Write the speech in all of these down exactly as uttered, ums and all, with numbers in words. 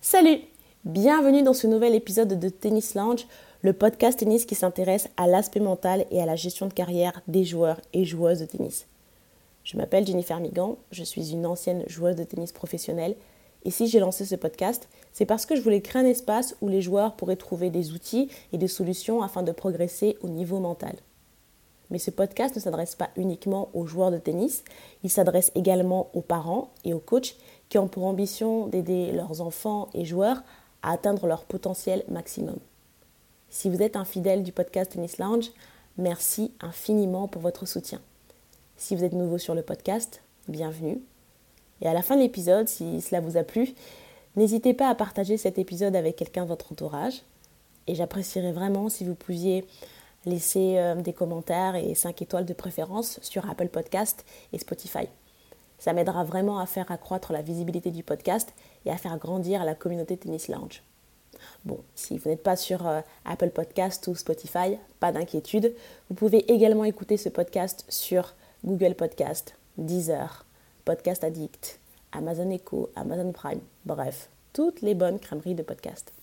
Salut! Bienvenue dans ce nouvel épisode de Tennis Lounge, le podcast tennis qui s'intéresse à l'aspect mental et à la gestion de carrière des joueurs et joueuses de tennis. Je m'appelle Jennifer Migan, je suis une ancienne joueuse de tennis professionnelle et si j'ai lancé ce podcast, c'est parce que je voulais créer un espace où les joueurs pourraient trouver des outils et des solutions afin de progresser au niveau mental. Mais ce podcast ne s'adresse pas uniquement aux joueurs de tennis, il s'adresse également aux parents et aux coachs qui ont pour ambition d'aider leurs enfants et joueurs à atteindre leur potentiel maximum. Si vous êtes un fidèle du podcast Tennis Lounge, merci infiniment pour votre soutien. Si vous êtes nouveau sur le podcast, bienvenue. Et à la fin de l'épisode, si cela vous a plu, n'hésitez pas à partager cet épisode avec quelqu'un de votre entourage. Et j'apprécierais vraiment si vous pouviez laisser euh, des commentaires et cinq étoiles de préférence sur Apple Podcast et Spotify. Ça m'aidera vraiment à faire accroître la visibilité du podcast et à faire grandir la communauté Tennis Lounge. Bon, si vous n'êtes pas sur euh, Apple Podcast ou Spotify, pas d'inquiétude. Vous pouvez également écouter ce podcast sur Google Podcast, Deezer, Podcast Addict, Amazon Echo, Amazon Prime, bref, toutes les bonnes crèmeries de podcast.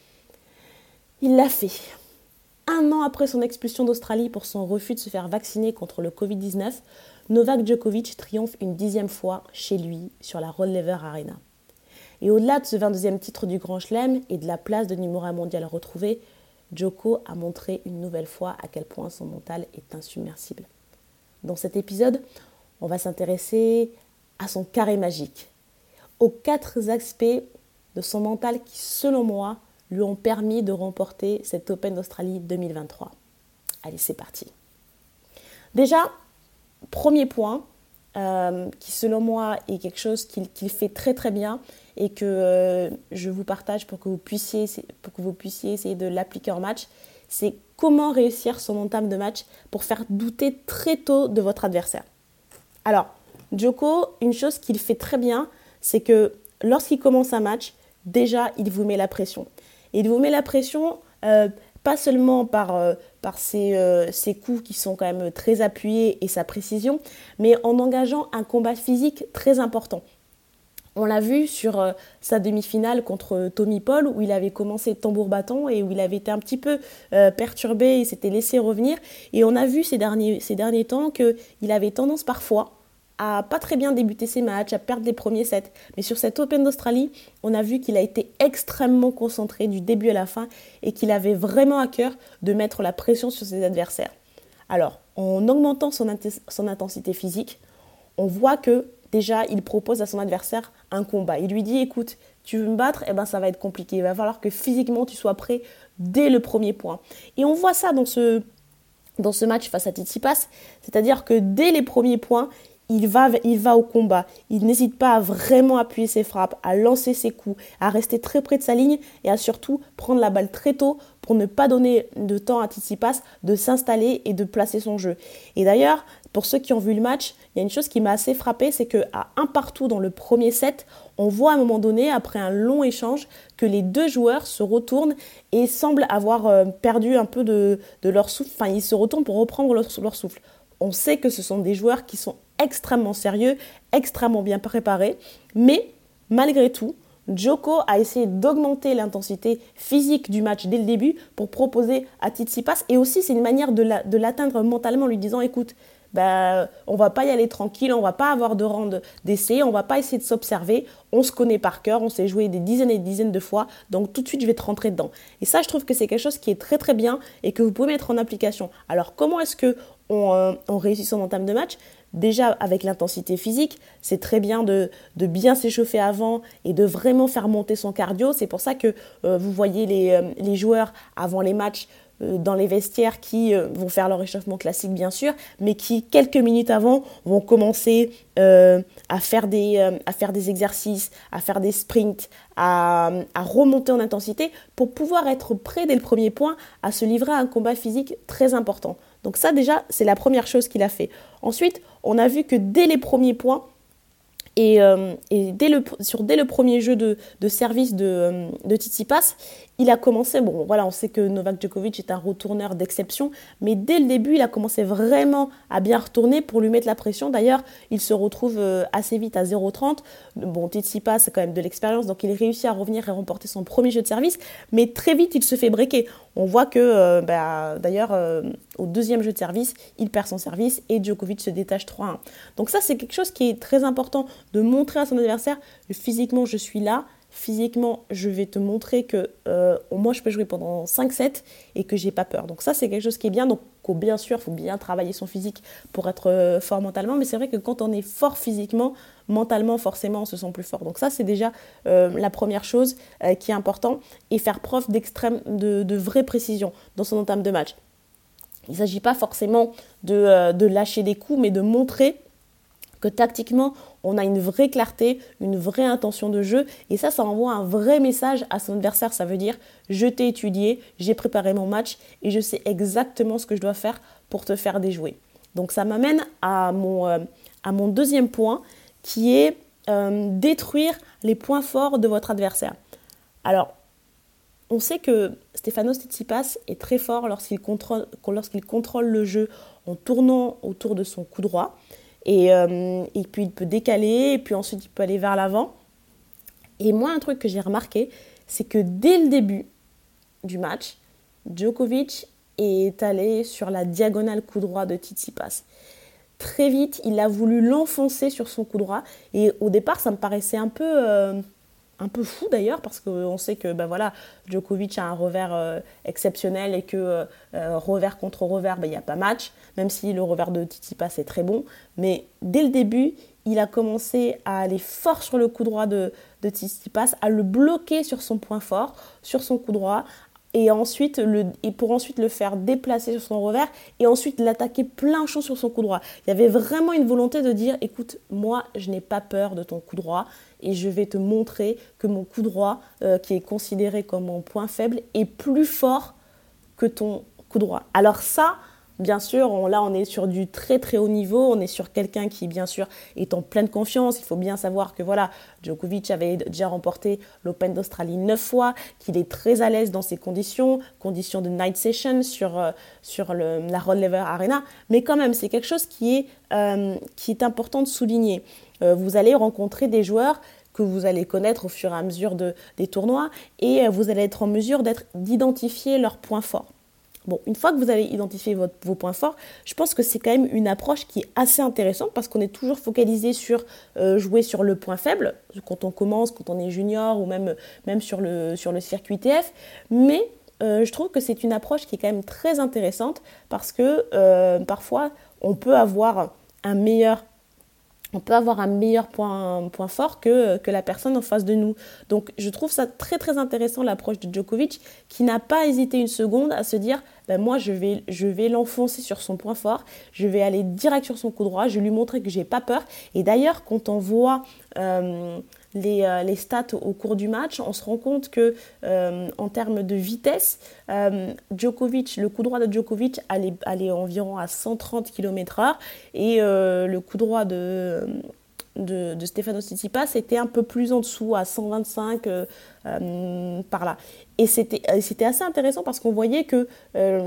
Il l'a fait. Un an après son expulsion d'Australie pour son refus de se faire vacciner contre le covid dix-neuf, Novak Djokovic triomphe une dixième fois chez lui sur la Rod Laver Arena. Et au-delà de ce vingt-deuxième titre du Grand Chelem et de la place de numéro un mondial retrouvée, Djoko a montré une nouvelle fois à quel point son mental est insubmersible. Dans cet épisode, on va s'intéresser à son carré magique, aux quatre aspects de son mental qui, selon moi, lui ont permis de remporter cet Open d'Australie deux mille vingt-trois. Allez, c'est parti. Déjà, premier point, euh, qui selon moi est quelque chose qu'il, qu'il fait très très bien et que euh, je vous partage pour que vous puissiez, pour que vous puissiez essayer de l'appliquer en match, c'est comment réussir son entame de match pour faire douter très tôt de votre adversaire. Alors, Djoko, une chose qu'il fait très bien, c'est que lorsqu'il commence un match, déjà, il vous met la pression. Et il vous met la pression, euh, pas seulement par, euh, par ses, euh, ses coups qui sont quand même très appuyés et sa précision, mais en engageant un combat physique très important. On l'a vu sur euh, sa demi-finale contre Tommy Paul, où il avait commencé tambour-bâton et où il avait été un petit peu euh, perturbé, il s'était laissé revenir. Et on a vu ces derniers, ces derniers temps qu'il avait tendance parfois à pas très bien débuter ses matchs, à perdre les premiers sets. Mais sur cet Open d'Australie, on a vu qu'il a été extrêmement concentré du début à la fin et qu'il avait vraiment à cœur de mettre la pression sur ses adversaires. Alors, en augmentant son, int- son intensité physique, on voit que déjà, il propose à son adversaire un combat. Il lui dit, écoute, tu veux me battre, eh ben, ça va être compliqué. Il va falloir que physiquement, tu sois prêt dès le premier point. Et on voit ça dans ce, dans ce match face à Tsitsipas, c'est-à-dire que dès les premiers points, Il va, il va au combat, il n'hésite pas à vraiment appuyer ses frappes, à lancer ses coups, à rester très près de sa ligne et à surtout prendre la balle très tôt pour ne pas donner de temps à Tsitsipas de s'installer et de placer son jeu. Et d'ailleurs, pour ceux qui ont vu le match, il y a une chose qui m'a assez frappée, c'est qu'à un partout dans le premier set, on voit à un moment donné, après un long échange, que les deux joueurs se retournent et semblent avoir euh, perdu un peu de, de leur souffle, enfin ils se retournent pour reprendre leur, leur souffle. On sait que ce sont des joueurs qui sont extrêmement sérieux, extrêmement bien préparés, mais malgré tout, Djoko a essayé d'augmenter l'intensité physique du match dès le début pour proposer à Tsitsipas, et aussi c'est une manière de, la, de l'atteindre mentalement en lui disant écoute, bah, on va pas y aller tranquille, on va pas avoir de round d'essai, on va pas essayer de s'observer, on se connaît par cœur, on s'est joué des dizaines et des dizaines de fois, donc tout de suite je vais te rentrer dedans. Et ça je trouve que c'est quelque chose qui est très très bien et que vous pouvez mettre en application. Alors comment est-ce que on, euh, on réussit son entame de match ? Déjà avec l'intensité physique, c'est très bien de, de bien s'échauffer avant et de vraiment faire monter son cardio. C'est pour ça que euh, vous voyez les, euh, les joueurs avant les matchs euh, dans les vestiaires qui euh, vont faire leur échauffement classique bien sûr, mais qui quelques minutes avant vont commencer euh, à, faire des, euh, à faire des exercices, à faire des sprints, à, à remonter en intensité pour pouvoir être prêt dès le premier point à se livrer à un combat physique très important. Donc ça déjà, c'est la première chose qu'il a fait. Ensuite, on a vu que dès les premiers points, Et, euh, et dès, le, sur, dès le premier jeu de, de service de, de Tsitsipas, il a commencé, bon voilà, on sait que Novak Djokovic est un retourneur d'exception, mais dès le début, il a commencé vraiment à bien retourner pour lui mettre la pression. D'ailleurs, il se retrouve euh, assez vite à zéro trente. Bon, Tsitsipas, c'est quand même de l'expérience, donc il réussit à revenir et remporter son premier jeu de service, mais très vite, il se fait breaker. On voit que, euh, bah, d'ailleurs, euh, au deuxième jeu de service, il perd son service et Djokovic se détache trois un. Donc ça, c'est quelque chose qui est très important de montrer à son adversaire, physiquement, je suis là, physiquement, je vais te montrer que euh, moi, je peux jouer pendant cinq sets et que j'ai pas peur. Donc ça, c'est quelque chose qui est bien. Donc bien sûr, il faut bien travailler son physique pour être euh, fort mentalement, mais c'est vrai que quand on est fort physiquement, mentalement, forcément, on se sent plus fort. Donc ça, c'est déjà euh, la première chose euh, qui est importante, et faire preuve d'extrême, de, de vraie précision dans son entame de match. Il ne s'agit pas forcément de, euh, de lâcher des coups, mais de montrer que tactiquement, on a une vraie clarté, une vraie intention de jeu. Et ça, ça envoie un vrai message à son adversaire. Ça veut dire, je t'ai étudié, j'ai préparé mon match et je sais exactement ce que je dois faire pour te faire déjouer. Donc ça m'amène à mon, euh, à mon deuxième point, qui est euh, détruire les points forts de votre adversaire. Alors, on sait que Stefanos Tsitsipas est très fort lorsqu'il contrôle, lorsqu'il contrôle le jeu en tournant autour de son coup droit. Et, euh, et puis il peut décaler, et puis ensuite il peut aller vers l'avant. Et moi, un truc que j'ai remarqué, c'est que dès le début du match, Djokovic est allé sur la diagonale coup droit de Tsitsipas. Très vite, il a voulu l'enfoncer sur son coup droit, et au départ, ça me paraissait un peu... Euh, un peu fou d'ailleurs, parce qu'on sait que ben voilà, Djokovic a un revers euh, exceptionnel et que euh, revers contre revers, ben, il n'y a pas match, même si le revers de Tsitsipas est très bon. Mais dès le début, il a commencé à aller fort sur le coup droit de, de Tsitsipas, à le bloquer sur son point fort, sur son coup droit, et, ensuite le, et pour ensuite le faire déplacer sur son revers et ensuite l'attaquer plein champ sur son coup droit. Il y avait vraiment une volonté de dire, écoute, moi je n'ai pas peur de ton coup droit et je vais te montrer que mon coup droit, euh, qui est considéré comme mon point faible, est plus fort que ton coup droit. Alors ça, bien sûr, on, là on est sur du très très haut niveau, on est sur quelqu'un qui bien sûr est en pleine confiance. Il faut bien savoir que voilà, Djokovic avait déjà remporté l'Open d'Australie neuf fois, qu'il est très à l'aise dans ces conditions, conditions de night session sur, euh, sur le, la Rod Laver Arena, mais quand même c'est quelque chose qui est, euh, qui est important de souligner. Euh, vous allez rencontrer des joueurs que vous allez connaître au fur et à mesure de, des tournois et vous allez être en mesure d'être, d'identifier leurs points forts. Bon, une fois que vous avez identifié votre, vos points forts, je pense que c'est quand même une approche qui est assez intéressante parce qu'on est toujours focalisé sur euh, jouer sur le point faible quand on commence, quand on est junior ou même, même sur, le, sur le circuit T F. Mais euh, je trouve que c'est une approche qui est quand même très intéressante parce que euh, parfois on peut avoir un meilleur on peut avoir un meilleur point, point fort que, que la personne en face de nous. Donc je trouve ça très très intéressant, l'approche de Djokovic, qui n'a pas hésité une seconde à se dire ben moi je vais, je vais l'enfoncer sur son point fort, je vais aller direct sur son coup droit, je vais lui montrer que j'ai pas peur. Et d'ailleurs quand on voit euh, les, euh, les stats au cours du match, on se rend compte que euh, en termes de vitesse, euh, Djokovic, le coup droit de Djokovic allait, allait environ à cent trente kilomètres heure et euh, le coup droit de, de, de Stefanos Tsitsipas était un peu plus en dessous, à cent vingt-cinq euh, euh, par là. Et c'était, c'était assez intéressant parce qu'on voyait que euh,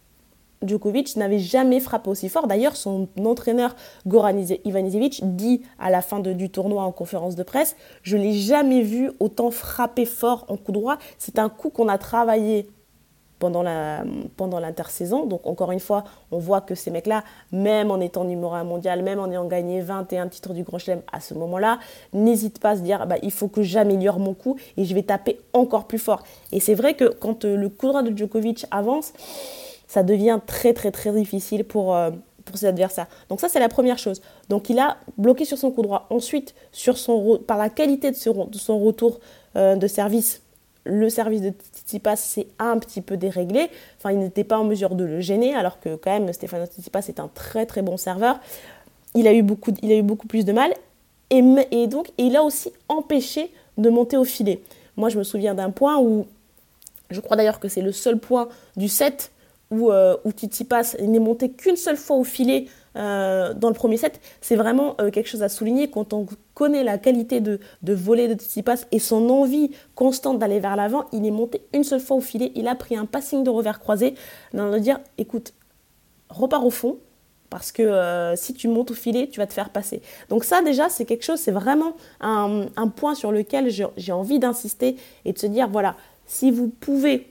Djokovic n'avait jamais frappé aussi fort. D'ailleurs, son entraîneur Goran Ivanisevic dit à la fin de, du tournoi en conférence de presse « Je ne l'ai jamais vu autant frapper fort en coup droit. C'est un coup qu'on a travaillé pendant, la, pendant l'intersaison. » Donc encore une fois, on voit que ces mecs-là, même en étant numéro un mondial, même en ayant gagné vingt et un titres du Grand Chelem à ce moment-là, n'hésitent pas à se dire bah, « Il faut que j'améliore mon coup et je vais taper encore plus fort. » Et c'est vrai que quand euh, le coup droit de Djokovic avance, ça devient très très très difficile pour, euh, pour ses adversaires. Donc ça, c'est la première chose. Donc il a bloqué sur son coup droit. Ensuite, sur son, par la qualité de, ce, de son retour euh, de service, le service de Tsitsipas s'est un petit peu déréglé. Enfin, il n'était pas en mesure de le gêner, alors que quand même, Stefanos Tsitsipas est un très très bon serveur. Il a eu beaucoup, il a eu beaucoup plus de mal. Et, et donc, et il a aussi empêché de monter au filet. Moi, je me souviens d'un point où, je crois d'ailleurs que c'est le seul point du set où, euh, où Tsitsipas n'est monté qu'une seule fois au filet euh, dans le premier set, c'est vraiment euh, quelque chose à souligner. Quand on connaît la qualité de, de volley de Tsitsipas et son envie constante d'aller vers l'avant, il est monté une seule fois au filet, il a pris un passing de revers croisé, dans le dire, écoute, repars au fond, parce que euh, si tu montes au filet, tu vas te faire passer. Donc ça déjà, c'est quelque chose, c'est vraiment un, un point sur lequel j'ai, j'ai envie d'insister et de se dire, voilà, si vous pouvez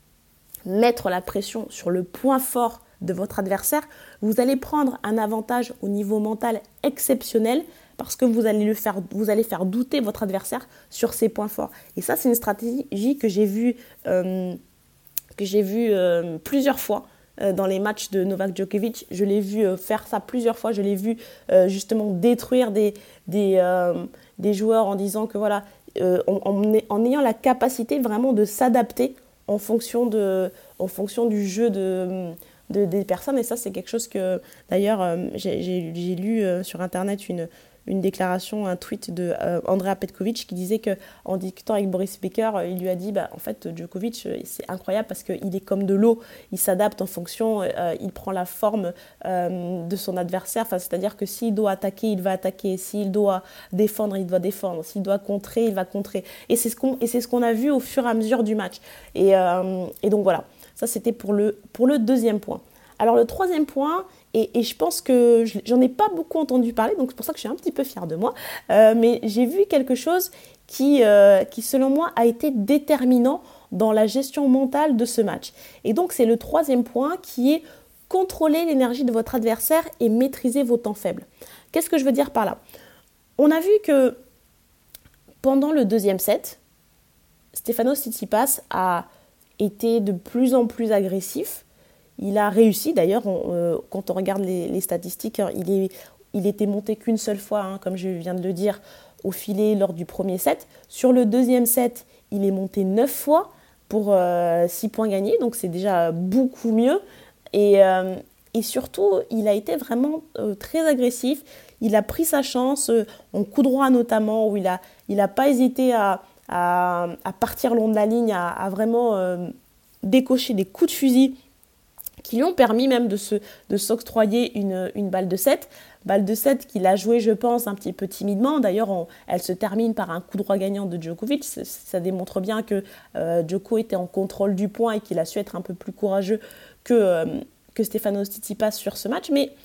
mettre la pression sur le point fort de votre adversaire, vous allez prendre un avantage au niveau mental exceptionnel parce que vous allez, le faire, vous allez faire douter votre adversaire sur ses points forts. Et ça, c'est une stratégie que j'ai vue, euh, que j'ai vue euh, plusieurs fois euh, dans les matchs de Novak Djokovic. Je l'ai vu euh, faire ça plusieurs fois. Je l'ai vu euh, justement détruire des, des, euh, des joueurs en disant que voilà, euh, en, en, en ayant la capacité vraiment de s'adapter en fonction, de, en fonction du jeu de, de, des personnes. Et ça, c'est quelque chose que, d'ailleurs, euh, j'ai, j'ai, j'ai lu euh, sur Internet une, une déclaration, un tweet de euh, Andrea Petkovic qui disait qu'en discutant avec Boris Becker, euh, il lui a dit, bah, en fait, Djokovic, euh, c'est incroyable parce qu'il est comme de l'eau, il s'adapte en fonction, euh, il prend la forme euh, de son adversaire, enfin, c'est-à-dire que s'il doit attaquer, il va attaquer, s'il doit défendre, il doit défendre, s'il doit contrer, il va contrer. Et c'est ce qu'on, et c'est ce qu'on a vu au fur et à mesure du match. Et, euh, et donc voilà, ça c'était pour le, pour le deuxième point. Alors le troisième point, et, et je pense que je, j'en ai pas beaucoup entendu parler, donc c'est pour ça que je suis un petit peu fière de moi, euh, mais j'ai vu quelque chose qui, euh, qui selon moi a été déterminant dans la gestion mentale de ce match. Et donc c'est le troisième point qui est contrôler l'énergie de votre adversaire et maîtriser vos temps faibles. Qu'est-ce que je veux dire par là ? On a vu que pendant le deuxième set, Stefanos Tsitsipas a été de plus en plus agressif. Il a réussi, d'ailleurs, on, euh, quand on regarde les, les statistiques, hein, il, est, il était monté qu'une seule fois, hein, comme je viens de le dire, au filet lors du premier set. Sur le deuxième set, il est monté neuf fois pour euh, six points gagnés, donc c'est déjà beaucoup mieux. Et, euh, et surtout, il a été vraiment euh, très agressif. Il a pris sa chance, euh, en coup droit notamment, où il n'a il a pas hésité à, à, à partir long de la ligne, à, à vraiment euh, décocher des coups de fusil qui lui ont permis même de, se, de s'octroyer une, une balle de sept. Balle de sept qu'il a jouée, je pense, un petit peu timidement. D'ailleurs, on, elle se termine par un coup droit gagnant de Djokovic. Ça, ça démontre bien que euh, Djoko était en contrôle du point et qu'il a su être un peu plus courageux que, euh, que Stefanos Tsitsipas sur ce match. Mais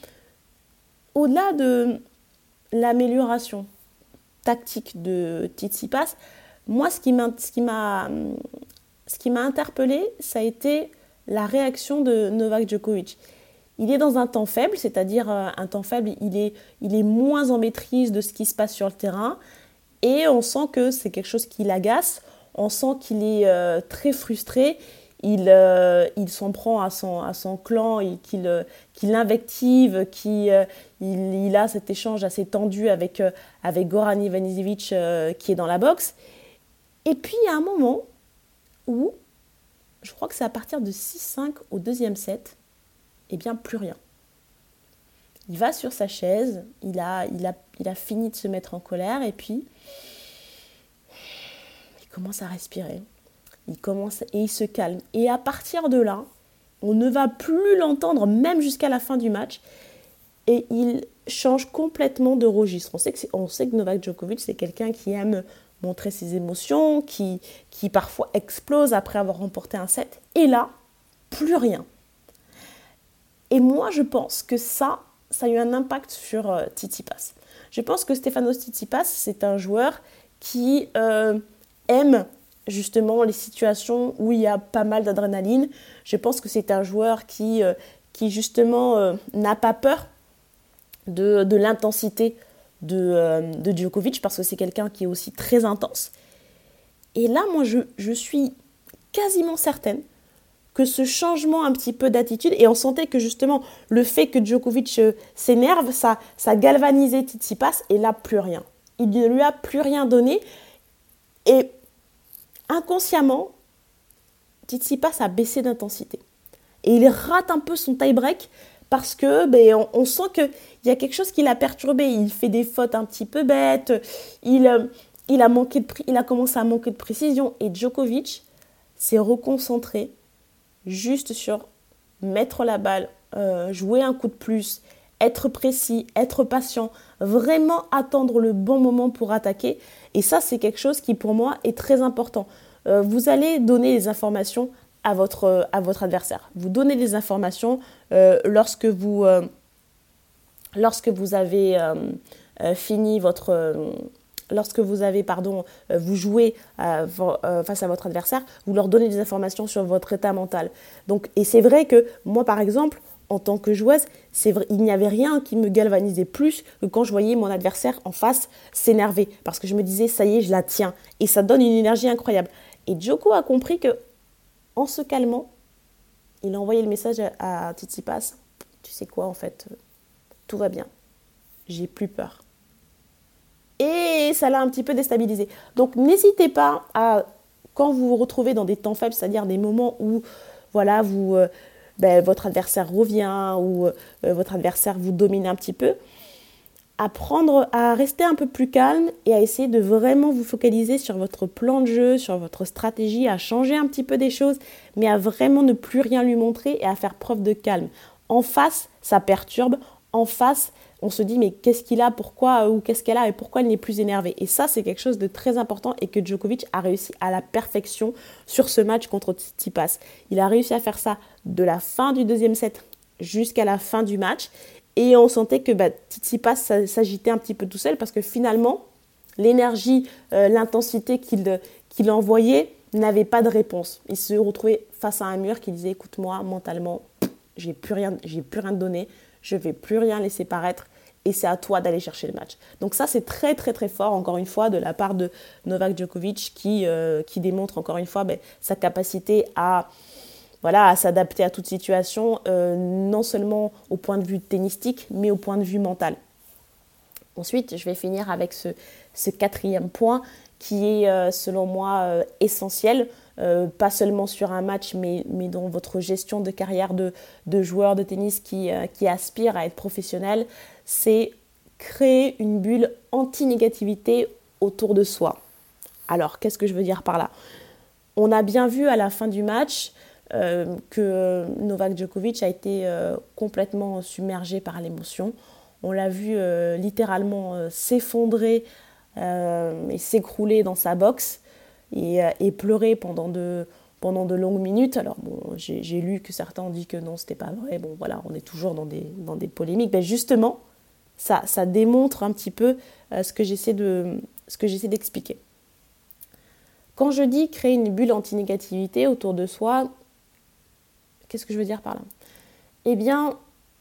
au-delà de l'amélioration tactique de Tsitsipas, moi, ce qui m'a, ce qui m'a, ce qui m'a interpellée, ça a été la réaction de Novak Djokovic. Il est dans un temps faible, c'est-à-dire euh, un temps faible, il est, il est moins en maîtrise de ce qui se passe sur le terrain et on sent que c'est quelque chose qui l'agace, on sent qu'il est euh, très frustré, il, euh, il s'en prend à son, à son clan, et qu'il, euh, qu'il l'invective, qu'il, euh, il, il a cet échange assez tendu avec, euh, avec Goran Ivanisevic euh, qui est dans la boxe. Et puis il y a un moment où je crois que c'est à partir de six cinq au deuxième set, eh bien plus rien. Il va sur sa chaise, il a, il a, il a fini de se mettre en colère et puis il commence à respirer. Il commence et il se calme. Et à partir de là, on ne va plus l'entendre même jusqu'à la fin du match et il change complètement de registre. On sait que, c'est, on sait que Novak Djokovic, c'est quelqu'un qui aime montrer ses émotions, qui, qui parfois explose après avoir remporté un set. Et là, plus rien. Et moi, je pense que ça, ça a eu un impact sur euh, Tsitsipas. Je pense que Stefanos Tsitsipas, c'est un joueur qui euh, aime justement les situations où il y a pas mal d'adrénaline. Je pense que c'est un joueur qui, euh, qui justement, euh, n'a pas peur de, de l'intensité De, euh, de Djokovic parce que c'est quelqu'un qui est aussi très intense. Et là, moi, je, je suis quasiment certaine que ce changement un petit peu d'attitude, et on sentait que justement le fait que Djokovic euh, s'énerve, ça, ça galvanisait Tsitsipas, et là, plus rien. Il ne lui a plus rien donné, et inconsciemment, Tsitsipas a baissé d'intensité. Et il rate un peu son tie-break, parce que ben, on, on sent qu'il y a quelque chose qui l'a perturbé. Il fait des fautes un petit peu bêtes, il, euh, il, a, manqué de, il a commencé à manquer de précision. Et Djokovic s'est reconcentré juste sur mettre la balle, euh, jouer un coup de plus, être précis, être patient, vraiment attendre le bon moment pour attaquer. Et ça, c'est quelque chose qui, pour moi, est très important. Euh, vous allez donner les informations à votre, à votre adversaire. Vous donnez les informations euh, lorsque, vous, euh, lorsque vous avez euh, euh, fini votre... Euh, lorsque vous avez, pardon, euh, vous jouez euh, euh, face à votre adversaire, vous leur donnez des informations sur votre état mental. Donc, et c'est vrai que moi, par exemple, en tant que joueuse, c'est vrai, il n'y avait rien qui me galvanisait plus que quand je voyais mon adversaire en face s'énerver. Parce que je me disais, ça y est, je la tiens. Et ça donne une énergie incroyable. Et Djoko a compris que, en se calmant, il a envoyé le message à, à Tsitsipas. Tu sais quoi, en fait, tout va bien. J'ai plus peur. Et ça l'a un petit peu déstabilisé. Donc, n'hésitez pas à, quand vous vous retrouvez dans des temps faibles, c'est-à-dire des moments où, voilà, vous... Euh, Ben, votre adversaire revient ou euh, votre adversaire vous domine un petit peu, apprendre à rester un peu plus calme et à essayer de vraiment vous focaliser sur votre plan de jeu, sur votre stratégie, à changer un petit peu des choses, mais à vraiment ne plus rien lui montrer et à faire preuve de calme. En face, ça perturbe. En face, on se dit mais qu'est-ce qu'il a, pourquoi ou qu'est-ce qu'elle a et pourquoi elle n'est plus énervée. Et ça, c'est quelque chose de très important et que Djokovic a réussi à la perfection sur ce match contre Tsitsipas. Il a réussi à faire ça de la fin du deuxième set jusqu'à la fin du match. Et on sentait que bah, Tsitsipas s'agitait un petit peu tout seul parce que finalement, l'énergie, euh, l'intensité qu'il, qu'il envoyait n'avait pas de réponse. Il se retrouvait face à un mur qui disait « Écoute-moi, mentalement, j'ai plus rien, j'ai plus rien donné, je ne vais plus rien laisser paraître et c'est à toi d'aller chercher le match. » Donc ça, c'est très très très fort, encore une fois, de la part de Novak Djokovic qui, euh, qui démontre encore une fois bah, sa capacité à... Voilà, à s'adapter à toute situation, euh, non seulement au point de vue tennistique, mais au point de vue mental. Ensuite, je vais finir avec ce, ce quatrième point qui est, euh, selon moi, euh, essentiel, euh, pas seulement sur un match, mais, mais dans votre gestion de carrière de, de joueur de tennis qui, euh, qui aspire à être professionnel, c'est créer une bulle anti-négativité autour de soi. Alors, qu'est-ce que je veux dire par là ? On a bien vu à la fin du match... Euh, que Novak Djokovic a été euh, complètement submergé par l'émotion. On l'a vu euh, littéralement euh, s'effondrer euh, et s'écrouler dans sa boxe et, euh, et pleurer pendant de, pendant de longues minutes. Alors bon, j'ai, j'ai lu que certains ont dit que non, c'était pas vrai. Bon voilà, on est toujours dans des, dans des polémiques. Ben justement, ça, ça démontre un petit peu euh, ce que j'essaie de, ce que j'essaie d'expliquer. Quand je dis créer une bulle anti-négativité autour de soi, qu'est-ce que je veux dire par là ? Eh bien,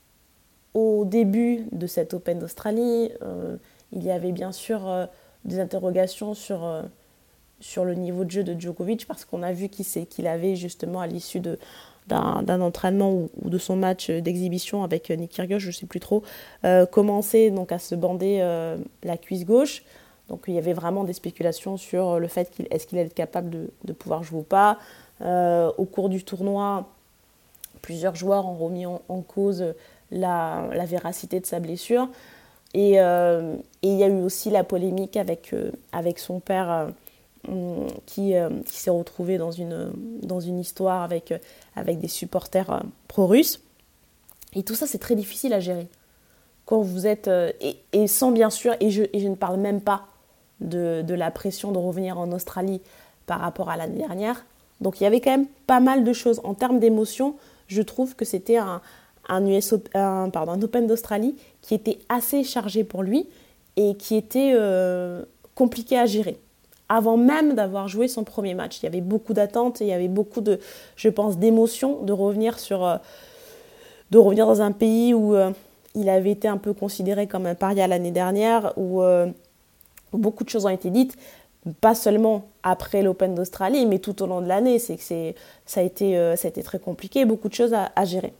au début de cet Open d'Australie, euh, il y avait bien sûr euh, des interrogations sur, euh, sur le niveau de jeu de Djokovic parce qu'on a vu qu'il, qu'il avait justement à l'issue de, d'un, d'un entraînement ou, ou de son match d'exhibition avec Nick Kyrgios, je ne sais plus trop, euh, commencé donc, à se bander euh, la cuisse gauche. Donc il y avait vraiment des spéculations sur le fait qu'il est-ce qu'il allait être capable de, de pouvoir jouer ou pas. Euh, au cours du tournoi, plusieurs joueurs ont remis en, en cause la, la véracité de sa blessure. Et, euh, et il y a eu aussi la polémique avec, euh, avec son père euh, qui, euh, qui s'est retrouvé dans une, dans une histoire avec, avec des supporters euh, pro-russes. Et tout ça, c'est très difficile à gérer. Quand vous êtes... Euh, et, et sans bien sûr... Et je, et je ne parle même pas de, de la pression de revenir en Australie par rapport à l'année dernière. Donc il y avait quand même pas mal de choses. En termes d'émotion, je trouve que c'était un, un, U S, un, pardon, un Open d'Australie qui était assez chargé pour lui et qui était euh, compliqué à gérer. Avant même d'avoir joué son premier match, il y avait beaucoup d'attentes, il y avait beaucoup de, je pense, d'émotions de revenir sur, euh, de revenir dans un pays où euh, il avait été un peu considéré comme un paria l'année dernière, où, euh, où beaucoup de choses ont été dites. Pas seulement après l'Open d'Australie, mais tout au long de l'année. C'est que c'est, ça, a été, euh, ça a été très compliqué, beaucoup de choses à, à gérer.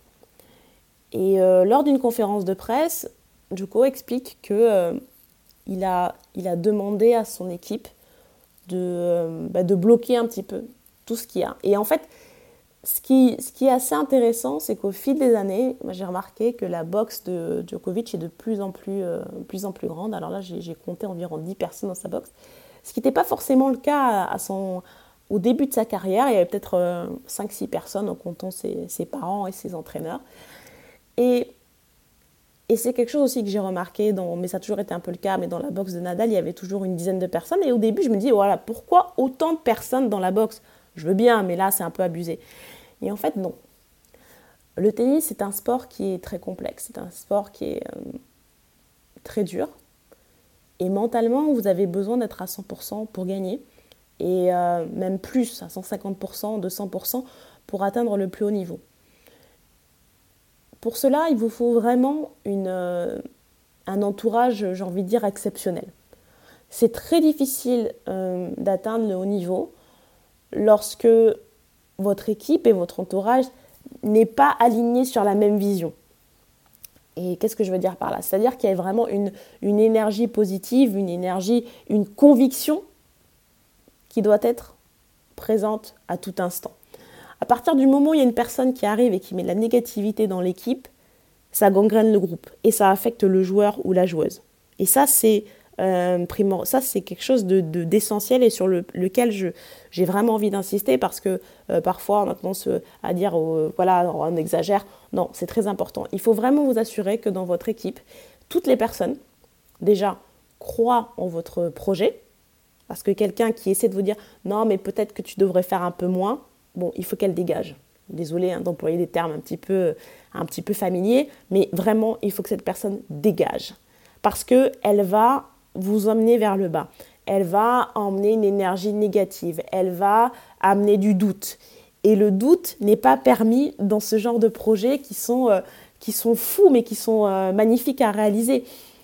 Et euh, lors d'une conférence de presse, Djoko explique qu'il euh, a, il a demandé à son équipe de, euh, bah, de bloquer un petit peu tout ce qu'il y a. Et en fait, ce qui, ce qui est assez intéressant, c'est qu'au fil des années, moi, j'ai remarqué que la boxe de Djokovic est de plus en plus, euh, plus, en plus grande. Alors là, j'ai, j'ai compté environ dix personnes dans sa boxe. Ce qui n'était pas forcément le cas à son, au début de sa carrière. Il y avait peut-être euh, cinq six personnes en comptant ses, ses parents et ses entraîneurs. Et Et c'est quelque chose aussi que j'ai remarqué, dans, mais ça a toujours été un peu le cas, mais dans la boxe de Nadal, il y avait toujours une dizaine de personnes. Et au début, je me dis, voilà, pourquoi autant de personnes dans la boxe? Je veux bien, mais là, c'est un peu abusé. Et en fait, non. Le tennis, c'est un sport qui est très complexe. C'est un sport qui est euh, très dur. Et mentalement, vous avez besoin d'être à cent pour cent pour gagner. Et euh, même plus, à cent cinquante pour cent, deux cents pour cent, pour atteindre le plus haut niveau. Pour cela, il vous faut vraiment une, euh, un entourage, j'ai envie de dire, exceptionnel. C'est très difficile euh, d'atteindre le haut niveau lorsque votre équipe et votre entourage n'est pas aligné sur la même vision. Et qu'est-ce que je veux dire par là? C'est-à-dire qu'il y a vraiment une, une énergie positive, une énergie, une conviction qui doit être présente à tout instant. À partir du moment où il y a une personne qui arrive et qui met de la négativité dans l'équipe, ça gangrène le groupe et ça affecte le joueur ou la joueuse. Et ça, c'est, euh, primor- ça, c'est quelque chose de, de, d'essentiel et sur le, lequel je, j'ai vraiment envie d'insister parce que euh, parfois, on a tendance à dire, euh, voilà, on exagère. Non, c'est très important. Il faut vraiment vous assurer que dans votre équipe, toutes les personnes, déjà, croient en votre projet. Parce que quelqu'un qui essaie de vous dire « Non, mais peut-être que tu devrais faire un peu moins », bon, il faut qu'elle dégage. Désolée hein, d'employer des termes un petit peu, un petit peu familiers, mais vraiment, il faut que cette personne dégage. Parce qu'elle va vous emmener vers le bas. Elle va emmener une énergie négative. Elle va amener du doute. Et le doute n'est pas permis dans ce genre de projets qui sont, euh, qui sont fous, mais qui sont euh, magnifiques à réaliser.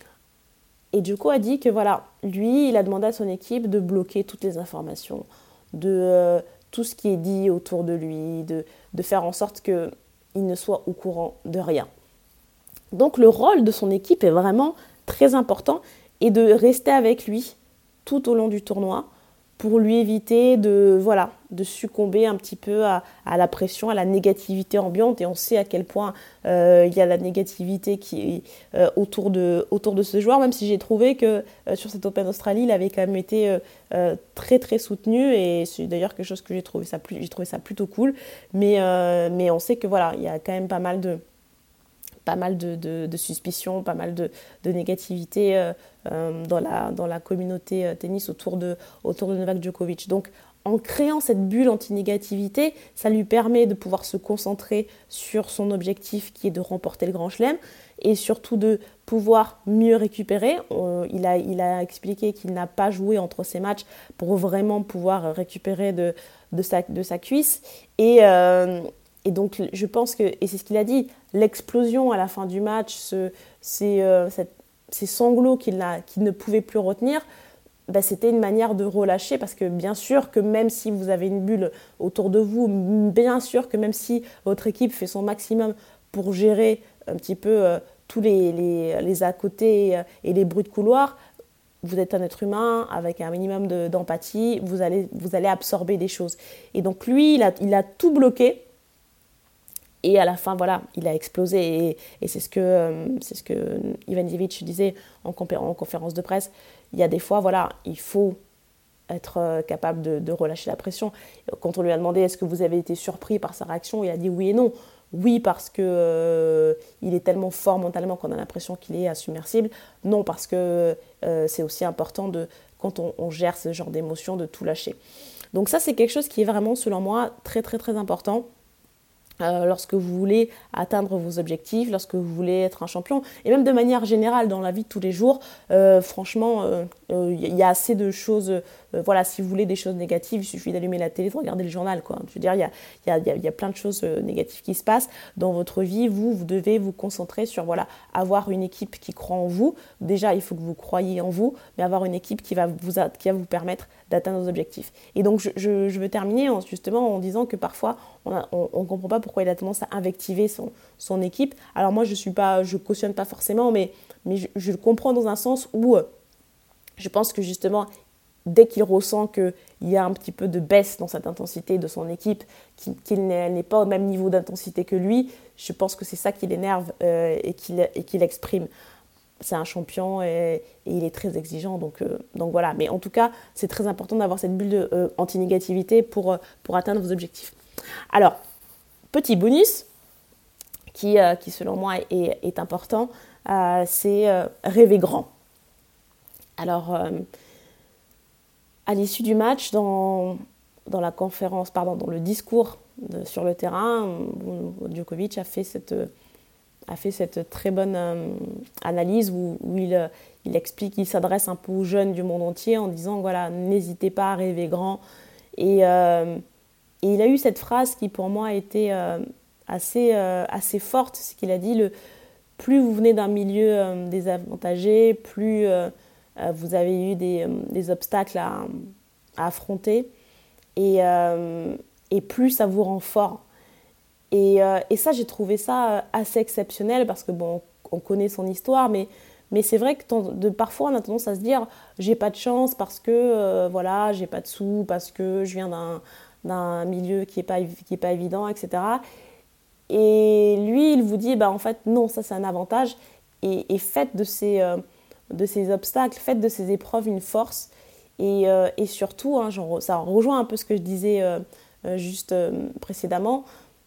Et Djoko a dit que voilà, lui, il a demandé à son équipe de bloquer toutes les informations, de euh, tout ce qui est dit autour de lui, de, de faire en sorte qu'il ne soit au courant de rien. Donc le rôle de son équipe est vraiment très important et de rester avec lui tout au long du tournoi pour lui éviter de, voilà, de succomber un petit peu à, à la pression, à la négativité ambiante. Et on sait à quel point euh, il y a la négativité qui est euh, autour, de, autour de ce joueur, même si j'ai trouvé que euh, sur cet Open Australie, il avait quand même été euh, euh, très très soutenu. Et c'est d'ailleurs quelque chose que j'ai trouvé ça, plus, j'ai trouvé ça plutôt cool. Mais, euh, mais on sait que voilà, il y a quand même pas mal de... pas mal de, de, de suspicions, pas mal de, de négativité euh, euh, dans, la, dans la communauté euh, tennis autour de, autour de Novak Djokovic. Donc, en créant cette bulle anti-négativité, ça lui permet de pouvoir se concentrer sur son objectif qui est de remporter le Grand Chelem et surtout de pouvoir mieux récupérer. Euh, il, a, il a expliqué qu'il n'a pas joué entre ces matchs pour vraiment pouvoir récupérer de, de, sa, de sa cuisse. Et... Euh, Et donc, je pense que, et c'est ce qu'il a dit, l'explosion à la fin du match, ce, ces, euh, cette, ces sanglots qu'il, a, qu'il ne pouvait plus retenir, ben, c'était une manière de relâcher parce que bien sûr que même si vous avez une bulle autour de vous, bien sûr que même si votre équipe fait son maximum pour gérer un petit peu euh, tous les, les, les à côté et les bruits de couloir, vous êtes un être humain avec un minimum de, d'empathie, vous allez, vous allez absorber des choses. Et donc lui, il a, il a tout bloqué. Et à la fin, voilà, il a explosé. Et, et c'est ce que, euh, c'est ce que Ivanisevic disait en, compé- en conférence de presse. Il y a des fois, voilà, il faut être euh, capable de, de relâcher la pression. Quand on lui a demandé est-ce que vous avez été surpris par sa réaction, il a dit oui et non. Oui, parce qu'il euh, est tellement fort mentalement qu'on a l'impression qu'il est insubmersible. Non, parce que euh, c'est aussi important, de, quand on, on gère ce genre d'émotions, de tout lâcher. Donc ça, c'est quelque chose qui est vraiment, selon moi, très, très, très important. Euh, lorsque vous voulez atteindre vos objectifs, lorsque vous voulez être un champion, et même de manière générale dans la vie de tous les jours, euh, franchement, il euh, euh, y a assez de choses, euh, voilà, si vous voulez des choses négatives, il suffit d'allumer la télé, de regarder le journal, quoi. Je veux dire, il y a, y, a, y, a, y a plein de choses négatives qui se passent dans votre vie. Vous, vous devez vous concentrer sur, voilà, avoir une équipe qui croit en vous. Déjà, il faut que vous croyiez en vous, mais avoir une équipe qui va vous, qui va vous permettre d'atteindre vos objectifs. Et donc, je, je, je veux terminer en, justement en disant que parfois, on ne on, on comprend pas pourquoi il a tendance à invectiver son, son équipe. Alors moi, je suis pas, je cautionne pas forcément, mais, mais je, je le comprends dans un sens où euh, je pense que justement, dès qu'il ressent qu'il y a un petit peu de baisse dans cette intensité de son équipe, qu'il, qu'il n'est, n'est pas au même niveau d'intensité que lui, je pense que c'est ça qui l'énerve euh, et, qu'il, et qu'il exprime. C'est un champion et, et il est très exigeant, donc, euh, donc voilà. Mais en tout cas, c'est très important d'avoir cette bulle de, euh, anti-négativité pour, pour atteindre vos objectifs. Alors, petit bonus qui, euh, qui selon moi est, est important, euh, c'est euh, rêver grand. Alors, euh, à l'issue du match, dans, dans la conférence, pardon, dans le discours de, sur le terrain, Djokovic a fait cette, a fait cette très bonne euh, analyse où, où il, il explique, il s'adresse un peu aux jeunes du monde entier en disant, voilà, n'hésitez pas à rêver grand. Et, euh, et il a eu cette phrase qui pour moi a été euh, assez, euh, assez forte, c'est qu'il a dit, le, plus vous venez d'un milieu euh, désavantagé, plus... Euh, Euh, vous avez eu des, des obstacles à, à affronter et, euh, et plus ça vous rend fort. Et, euh, et ça, j'ai trouvé ça assez exceptionnel parce que bon, on connaît son histoire, mais, mais c'est vrai que de, parfois on a tendance à se dire j'ai pas de chance parce que euh, voilà, j'ai pas de sous, parce que je viens d'un, d'un milieu qui est pas, qui est pas évident, et cetera. Et lui, il vous dit bah, en fait, non, ça c'est un avantage et, et faites de ces. Euh, de ces obstacles, faites de ces épreuves une force et, euh, et surtout, hein, genre, ça rejoint un peu ce que je disais euh, euh, juste euh, précédemment,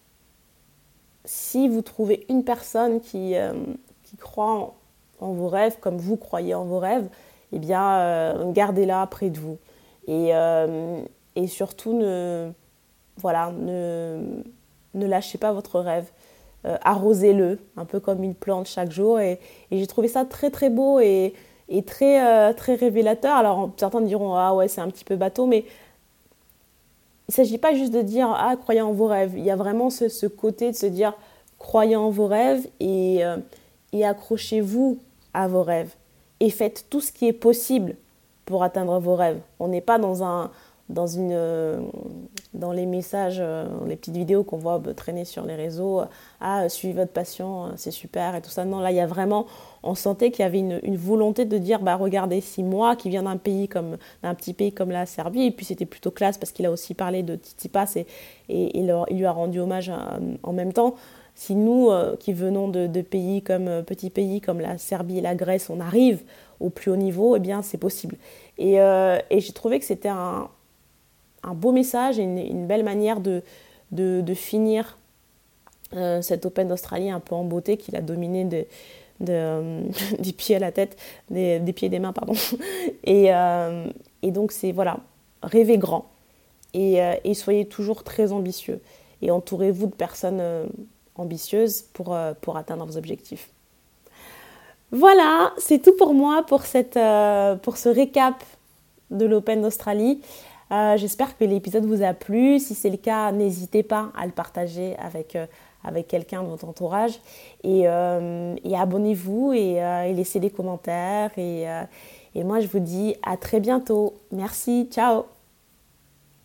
si vous trouvez une personne qui, euh, qui croit en, en vos rêves comme vous croyez en vos rêves, eh bien euh, gardez-la près de vous et, euh, et surtout ne, voilà, ne, ne lâchez pas votre rêve. Euh, arrosez-le, un peu comme une plante chaque jour. Et, et j'ai trouvé ça très très beau et, et très, euh, très révélateur. Alors certains diront, ah ouais, c'est un petit peu bateau, mais il ne s'agit pas juste de dire, ah, croyez en vos rêves. Il y a vraiment ce, ce côté de se dire, croyez en vos rêves et, euh, et accrochez-vous à vos rêves. Et faites tout ce qui est possible pour atteindre vos rêves. On n'est pas dans un... Dans, une, euh, dans les messages, euh, les petites vidéos qu'on voit bah, traîner sur les réseaux, euh, ah, suivez votre passion, euh, c'est super et tout ça. Non, là, il y a vraiment, on sentait qu'il y avait une, une volonté de dire, bah, regardez, si moi, qui viens d'un pays comme, d'un petit pays comme la Serbie, et puis c'était plutôt classe parce qu'il a aussi parlé de Tsitsipas et, et, et leur, il lui a rendu hommage euh, en même temps. Si nous, euh, qui venons de, de pays comme, euh, petits pays comme la Serbie et la Grèce, on arrive au plus haut niveau, eh bien, c'est possible. Et, euh, et j'ai trouvé que c'était un un beau message et une, une belle manière de, de, de finir euh, cet Open d'Australie un peu en beauté qu'il a dominé de, de, euh, du pied à la tête, des, des pieds et des mains, pardon. Et, euh, et donc, c'est, voilà, rêvez grand et, euh, et soyez toujours très ambitieux et entourez-vous de personnes euh, ambitieuses pour, euh, pour atteindre vos objectifs. Voilà, c'est tout pour moi pour, cette, euh, pour ce récap de l'Open d'Australie. Euh, j'espère que l'épisode vous a plu. Si c'est le cas, n'hésitez pas à le partager avec, euh, avec quelqu'un de votre entourage. Et, euh, et abonnez-vous et, euh, et laissez des commentaires. Et, euh, et moi, je vous dis à très bientôt. Merci, ciao.